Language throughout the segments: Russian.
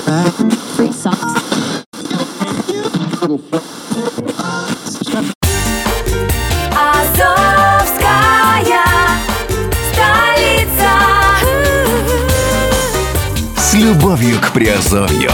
Азовская столица. С любовью к Приазовью.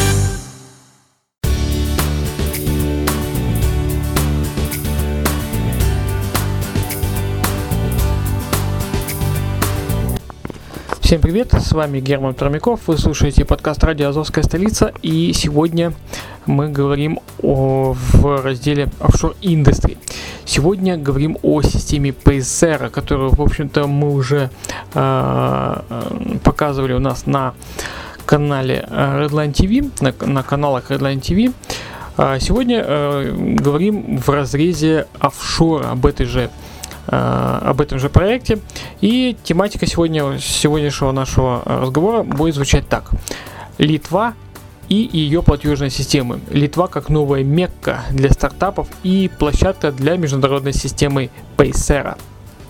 Всем привет, с вами Герман Пермяков, вы слушаете подкаст «Радио Азовская столица», и сегодня мы говорим в разделе Offshore Industry. Сегодня говорим о системе Paysera, которую, в общем-то, мы уже показывали у нас на канале Redline TV, на каналах Redline TV. Сегодня говорим в разрезе офшора об этом же проекте. И тематика сегодняшнего нашего разговора будет звучать так: Литва и ее платежные системы. Литва как новая Мекка для стартапов и площадка для международной системы Paysera.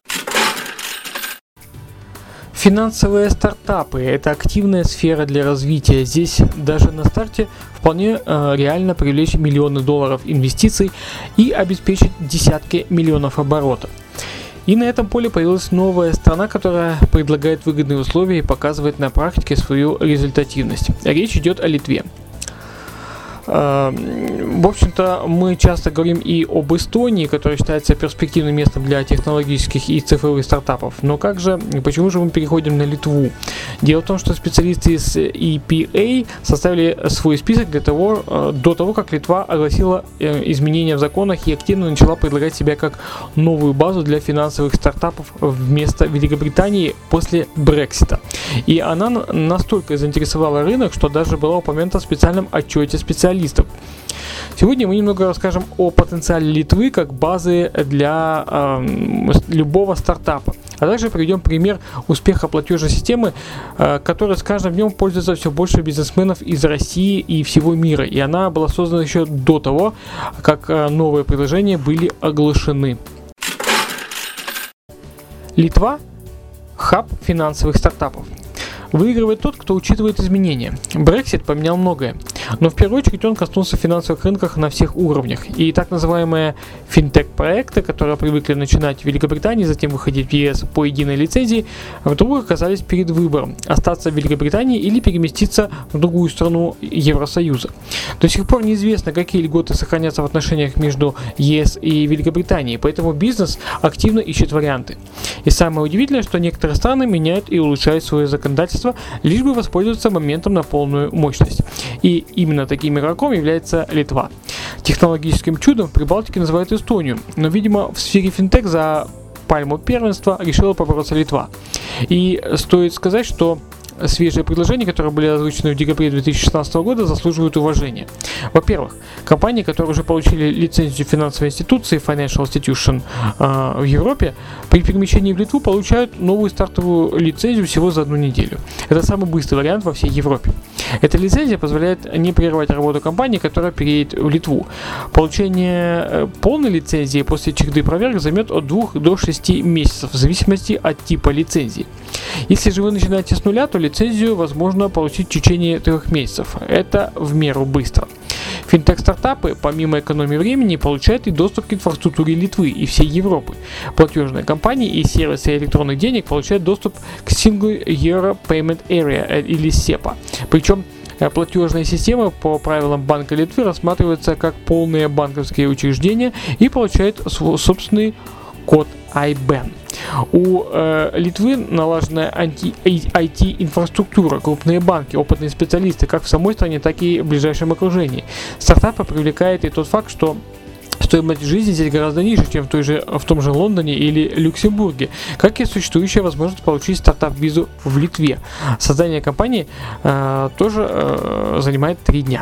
Финансовые стартапы – это активная сфера для развития. Здесь даже на старте вполне реально привлечь миллионы долларов инвестиций и обеспечить десятки миллионов оборотов. И на этом поле появилась новая страна, которая предлагает выгодные условия и показывает на практике свою результативность. Речь идет о Литве. В общем-то, мы часто говорим и об Эстонии, которая считается перспективным местом для технологических и цифровых стартапов. Но почему же мы переходим на Литву? Дело в том, что специалисты из EPA составили свой список до того, как Литва огласила изменения в законах и активно начала предлагать себя как новую базу для финансовых стартапов вместо Великобритании после Брексита. И она настолько заинтересовала рынок, что даже была упомянута в специальном отчете специалистов. Сегодня мы немного расскажем о потенциале Литвы как базы для любого стартапа, а также приведем пример успеха платежной системы, которой с каждым днем пользуется все больше бизнесменов из России и всего мира. И она была создана еще до того, как новые предложения были оглашены. Литва – хаб финансовых стартапов. Выигрывает тот, кто учитывает изменения. Brexit поменял многое, но в первую очередь он коснулся финансовых рынков на всех уровнях. И так называемые финтех-проекты, которые привыкли начинать в Великобритании, затем выходить в ЕС по единой лицензии, вдруг оказались перед выбором – остаться в Великобритании или переместиться в другую страну Евросоюза. До сих пор неизвестно, какие льготы сохранятся в отношениях между ЕС и Великобританией, поэтому бизнес активно ищет варианты. И самое удивительное, что некоторые страны меняют и улучшают свое законодательство, лишь бы воспользоваться моментом на полную мощность. И именно таким игроком является Литва. Технологическим чудом в Прибалтике называют Эстонию, но, видимо, в сфере финтех за пальму первенства решила побороться Литва. И стоит сказать, что свежие предложения, которые были озвучены в декабре 2016 года, заслуживают уважения. Во-первых, компании, которые уже получили лицензию финансовой институции Financial Institution в Европе, при перемещении в Литву получают новую стартовую лицензию всего за 1 неделю. Это самый быстрый вариант во всей Европе. Эта лицензия позволяет не прерывать работу компании, которая переедет в Литву. Получение полной лицензии после череды проверок займет от 2 до 6 месяцев, в зависимости от типа лицензии. Если же вы начинаете с нуля, то лицензию возможно получить в течение 3 месяцев. Это в меру быстро. Финтех-стартапы, помимо экономии времени, получают и доступ к инфраструктуре Литвы и всей Европы. Платежные компании и сервисы электронных денег получают доступ к Single Euro Payment Area или SEPA. Причем платежная система по правилам Банка Литвы рассматривается как полное банковское учреждение и получает собственный код IBAN. У Литвы налажена IT-инфраструктура, крупные банки, опытные специалисты как в самой стране, так и в ближайшем окружении. Стартапы привлекает и тот факт, что стоимость жизни здесь гораздо ниже, чем в том же Лондоне или Люксембурге, как и существующая возможность получить стартап-визу в Литве. Создание компании тоже занимает 3 дня.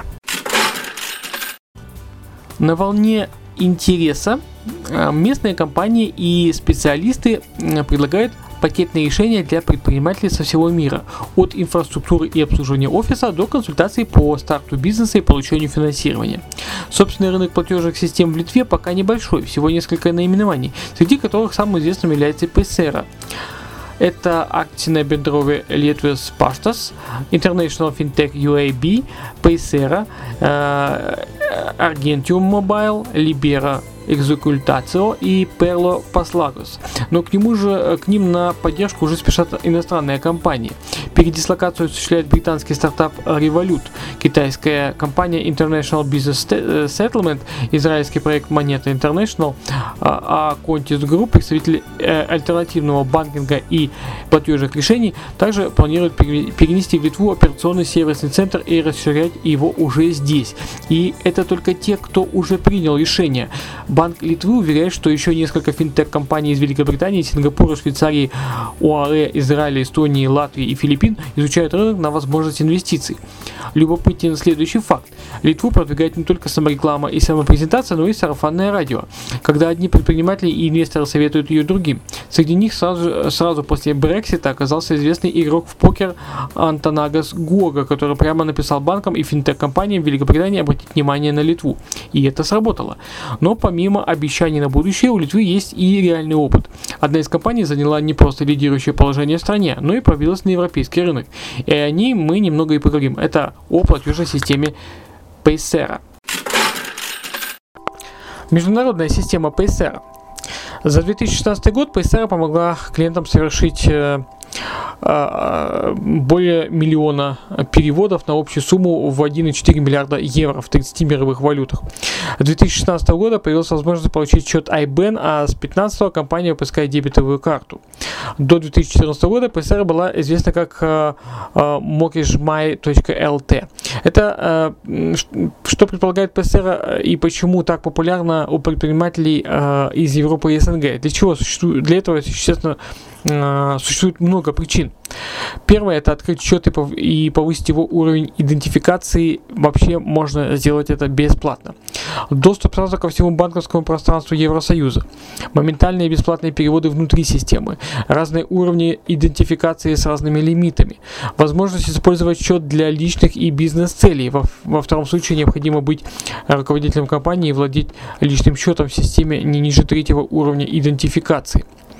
На волне интереса местные компании и специалисты предлагают пакетные решения для предпринимателей со всего мира, от инфраструктуры и обслуживания офиса до консультаций по старту бизнеса и получению финансирования. Собственный рынок платежных систем в Литве пока небольшой, всего несколько наименований, среди которых самым известным является Paysera. Это акционное бендрове Lietuvos Paštas, International Fintech UAB, Paysera, Argentium Mobile, Libera Executatio и Perlo Paslaugos. Но к ним на поддержку уже спешат иностранные компании. Передислокацию осуществляет британский стартап Revolut, китайская компания International Business Settlement, израильский проект Moneta International, а Contis Group, представитель альтернативного банкинга и платежных решений, также планирует перенести в Литву операционный сервисный центр и расширять его уже здесь. И это только те, кто уже принял решение. Банк Литвы уверяет, что еще несколько финтех-компаний из Великобритании, Сингапура, Швейцарии, ОАЭ, Израиля, Эстонии, Латвии и Филиппин изучают рынок на возможность инвестиций. Любопытен следующий факт. Литву продвигает не только самореклама и самопрезентация, но и сарафанное радио, когда одни предприниматели и инвесторы советуют ее другим. Среди них сразу после Брексита оказался известный игрок в покер Антонагас Гуога, который прямо написал банкам и финтех-компаниям Великобритании обратить внимание на Литву. И это сработало. Но помимо обещаний на будущее, у Литвы есть и реальный опыт. Одна из компаний заняла не просто лидирующее положение в стране, но и пробилась на европейский рынок. И о ней мы немного и поговорим. Это о платежной системе Paysera. Международная система Paysera. За 2016 год Paysera помогла клиентам совершить более миллиона переводов на общую сумму в 1,4 миллиарда евро в 30 мировых валютах. С 2016 года появилась возможность получить счет IBAN, а с 2015 компания выпускает дебетовую карту. До 2014 года Paysera была известна как mortgagemai.lt. Это что предполагает Paysera и почему так популярно у предпринимателей из Европы и СНГ. Для чего существует? Для этого, естественно, существует много причин. Первое — это открыть счет и повысить его уровень идентификации. Вообще можно сделать это бесплатно. Доступ сразу ко всему банковскому пространству Евросоюза. Моментальные бесплатные переводы внутри системы. Разные уровни идентификации с разными лимитами. Возможность использовать счет для личных и бизнес-целей. Во втором случае необходимо быть руководителем компании и владеть личным счетом в системе не ниже 3-го уровня идентификации.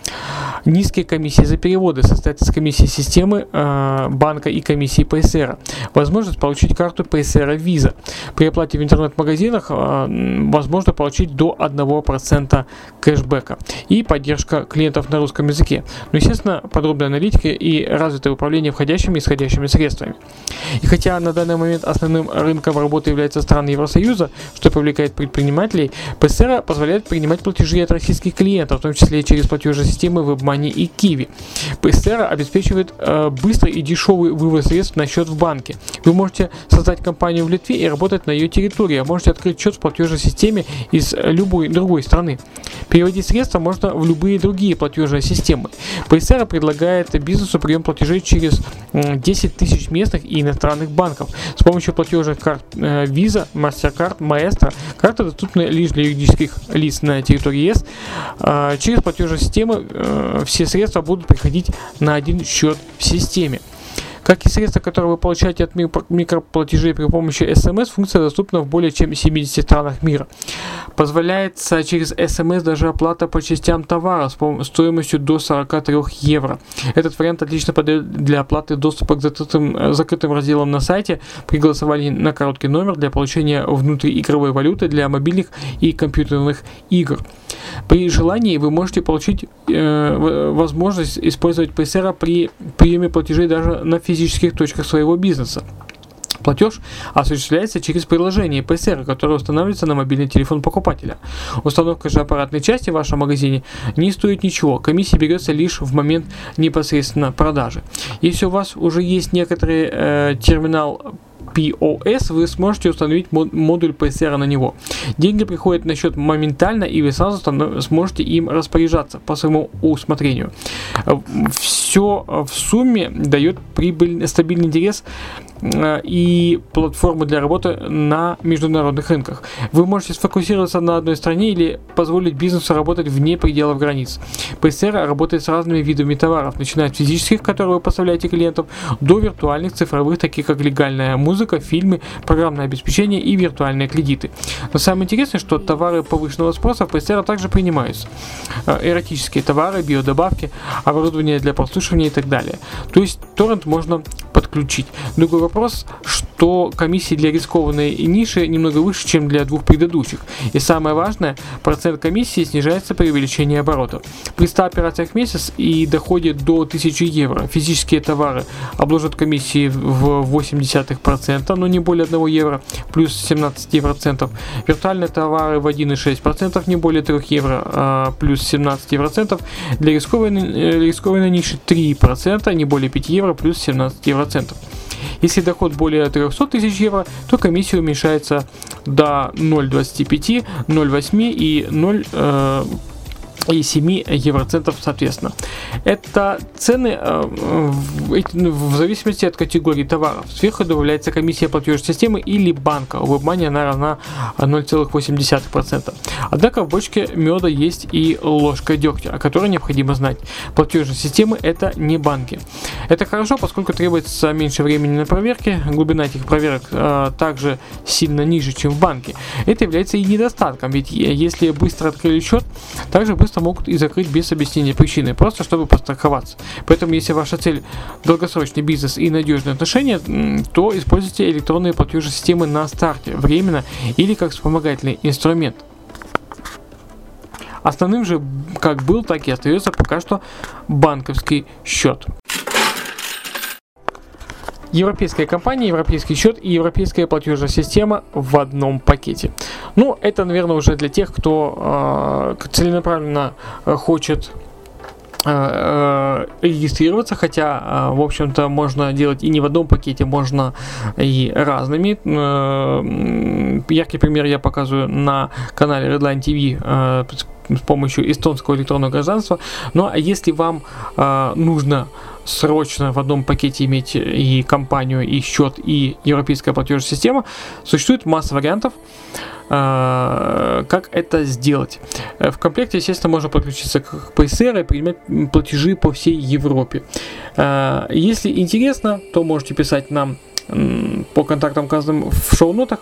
Низкие комиссии за переводы состоят из комиссии системы банка и комиссии Paysera. Возможность получить карту Paysera Visa. При оплате в интернет-магазинах возможно получить до 1% кэшбэка. И поддержка клиентов на русском языке. Но, естественно, подробная аналитика и развитое управление входящими и исходящими средствами. И хотя на данный момент основным рынком работы является страны Евросоюза, что привлекает предпринимателей, Paysera позволяет принимать платежи от российских клиентов, в том числе через платежные системы WebMoney и Kiwi. Paysera обеспечивает быстрый и дешевый вывод средств на счет в банке. Вы можете создать компанию в Литве и работать на ее территории, а можете открыть счет в платежной системе из любой другой страны. Переводить средства можно в любые другие платежные системы. Paysera предлагает бизнесу прием платежей через 10 тысяч местных и иностранных банков. С помощью платежных карт Visa, MasterCard, Maestro карты доступны лишь для юридических лиц на территории ЕС. Через платежные системы все средства будут приходить на один счет в системе. Как и средства, которые вы получаете от микроплатежей при помощи SMS, функция доступна в более чем 70 странах мира. Позволяется через SMS даже оплата по частям товара стоимостью до 43 евро. Этот вариант отлично подойдет для оплаты доступа к закрытым разделам на сайте при голосовании на короткий номер для получения внутриигровой валюты для мобильных и компьютерных игр. При желании вы можете получить возможность использовать Paysera при приеме платежей даже на физических точках своего бизнеса. Платеж осуществляется через приложение Paysera, которое устанавливается на мобильный телефон покупателя. Установка же аппаратной части в вашем магазине не стоит ничего. Комиссия берется лишь в момент непосредственно продажи. Если у вас уже есть некоторый терминал POS, вы сможете установить модуль Paysera на него. Деньги приходят на счет моментально, и вы сразу сможете им распоряжаться по своему усмотрению. Все в сумме дает стабильный интерес и платформу для работы на международных рынках. Вы можете сфокусироваться на одной стране или позволить бизнесу работать вне пределов границ. Paysera работает с разными видами товаров, начиная от физических, которые вы поставляете клиентам, до виртуальных, цифровых, таких как легальная музыка, музыка, фильмы, программное обеспечение и виртуальные кредиты. Но самое интересное, что товары повышенного спроса в PayStara также принимаются. Эротические товары, биодобавки, оборудование для прослушивания и так далее. То есть торрент можно подключить. Другой вопрос, что комиссии для рискованной ниши немного выше, чем для двух предыдущих. И самое важное, процент комиссии снижается при увеличении оборотов. При 100 операциях в месяц и доходе до 1000 евро физические товары обложат комиссии в 0,8%, но не более 1 евро, плюс 17%. Виртуальные товары в 1,6%, не более 3 евро, плюс 17%. Для рискованной ниши 3%, не более 5 евро, плюс 17%. Если доход более 300 тысяч евро, то комиссия уменьшается до 0,25, 0,8 и 0,7 евроцентов соответственно. Это цены в зависимости от категории товаров. Сверху добавляется комиссия платежной системы или банка. У WebMoney она равна 0,8%. Однако в бочке меда есть и ложка дегтя, о которой необходимо знать. Платежные системы это не банки. Это хорошо, поскольку требуется меньше времени на проверки. Глубина этих проверок также сильно ниже, чем в банке. Это является и недостатком, ведь если быстро открыли счет, также быстро могут и закрыть без объяснения причины, просто чтобы постраховаться. Поэтому, если ваша цель долгосрочный бизнес и надежные отношения, то используйте электронные платежные системы на старте, временно или как вспомогательный инструмент. Основным же как был, так и остается пока что банковский счет. Европейская компания, европейский счет и европейская платежная система в одном пакете. Ну, это, наверное, уже для тех, кто целенаправленно хочет регистрироваться, хотя, в общем-то, можно делать и не в одном пакете, можно и разными. Яркий пример я показываю на канале Redline TV с помощью эстонского электронного гражданства. Ну, а если вам нужно срочно в одном пакете иметь и компанию, и счет, и европейская платежная система, существует масса вариантов, как это сделать. В комплекте, естественно, можно подключиться к PayStara и принимать платежи по всей Европе. Если интересно, то можете писать нам по контактам, указанным в шоу-нотах.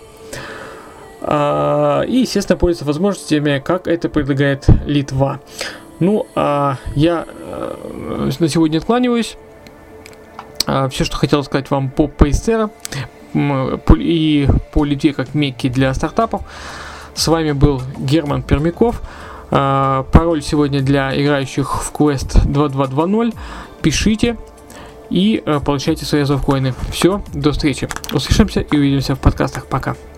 И, естественно, пользоваться возможностями, как это предлагает Литва. Ну, я на сегодня откланиваюсь. Все, что хотел сказать вам по PayStara и по Литве как мекке для стартапов. С вами был Герман Пермяков. Пароль сегодня для играющих в Quest 2220. Пишите и получайте свои азовкоины. Все, до встречи. Услышимся и увидимся в подкастах. Пока.